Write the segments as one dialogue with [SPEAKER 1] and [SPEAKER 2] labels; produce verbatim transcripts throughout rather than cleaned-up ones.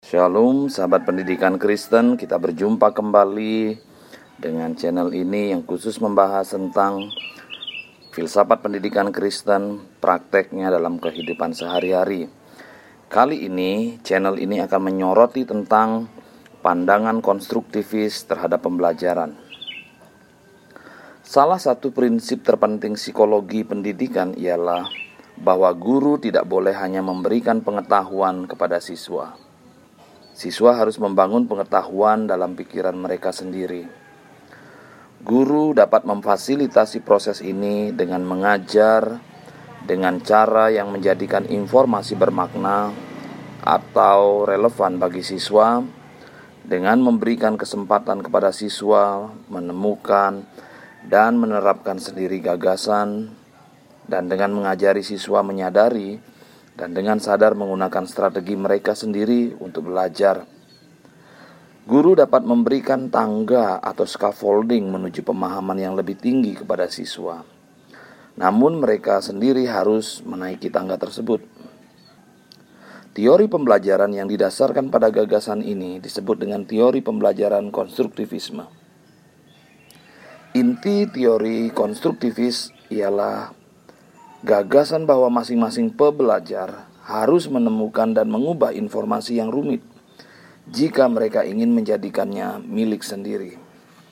[SPEAKER 1] Shalom sahabat pendidikan Kristen, kita berjumpa kembali dengan channel ini yang khusus membahas tentang filsafat pendidikan Kristen, prakteknya dalam kehidupan sehari-hari. Kali ini channel ini akan menyoroti tentang pandangan konstruktivis terhadap pembelajaran. Salah satu prinsip terpenting psikologi pendidikan ialah bahwa guru tidak boleh hanya memberikan pengetahuan kepada siswa. Siswa harus membangun pengetahuan dalam pikiran mereka sendiri. Guru dapat memfasilitasi proses ini dengan mengajar dengan cara yang menjadikan informasi bermakna atau relevan bagi siswa, dengan memberikan kesempatan kepada siswa menemukan dan menerapkan sendiri gagasan, dan dengan mengajari siswa menyadari dan dengan sadar menggunakan strategi mereka sendiri untuk belajar. Guru dapat memberikan tangga atau scaffolding menuju pemahaman yang lebih tinggi kepada siswa. Namun mereka sendiri harus menaiki tangga tersebut. Teori pembelajaran yang didasarkan pada gagasan ini disebut dengan teori pembelajaran konstruktivisme. Inti teori konstruktivis ialah gagasan bahwa masing-masing pembelajar harus menemukan dan mengubah informasi yang rumit jika mereka ingin menjadikannya milik sendiri.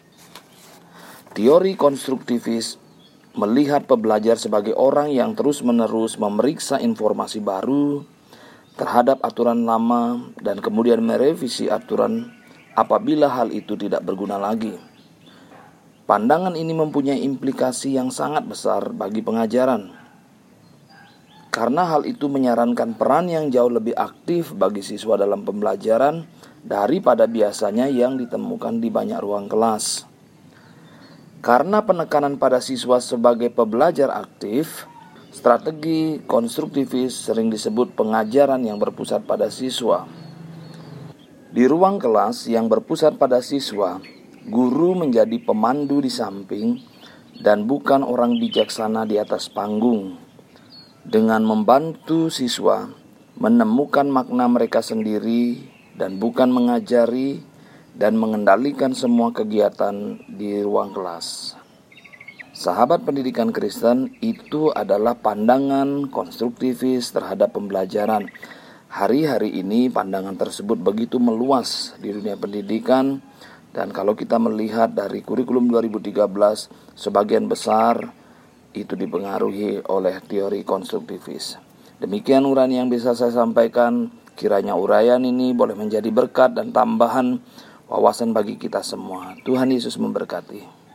[SPEAKER 1] Teori konstruktivis melihat pembelajar sebagai orang yang terus-menerus memeriksa informasi baru terhadap aturan lama dan kemudian merevisi aturan apabila hal itu tidak berguna lagi. Pandangan ini mempunyai implikasi yang sangat besar bagi pengajaran, karena hal itu menyarankan peran yang jauh lebih aktif bagi siswa dalam pembelajaran daripada biasanya yang ditemukan di banyak ruang kelas. Karena penekanan pada siswa sebagai pembelajar aktif, strategi konstruktivis sering disebut pengajaran yang berpusat pada siswa. Di ruang kelas yang berpusat pada siswa, guru menjadi pemandu di samping dan bukan orang bijaksana di atas panggung, dengan membantu siswa menemukan makna mereka sendiri dan bukan mengajari dan mengendalikan semua kegiatan di ruang kelas. Sahabat pendidikan Kristen, itu adalah pandangan konstruktivis terhadap pembelajaran. Hari-hari ini pandangan tersebut begitu meluas di dunia pendidikan, dan kalau kita melihat dari kurikulum dua ribu tiga belas, sebagian besar itu dipengaruhi oleh teori konstruktivis. Demikian uraian yang bisa saya sampaikan. Kiranya uraian ini boleh menjadi berkat dan tambahan wawasan bagi kita semua. Tuhan Yesus memberkati.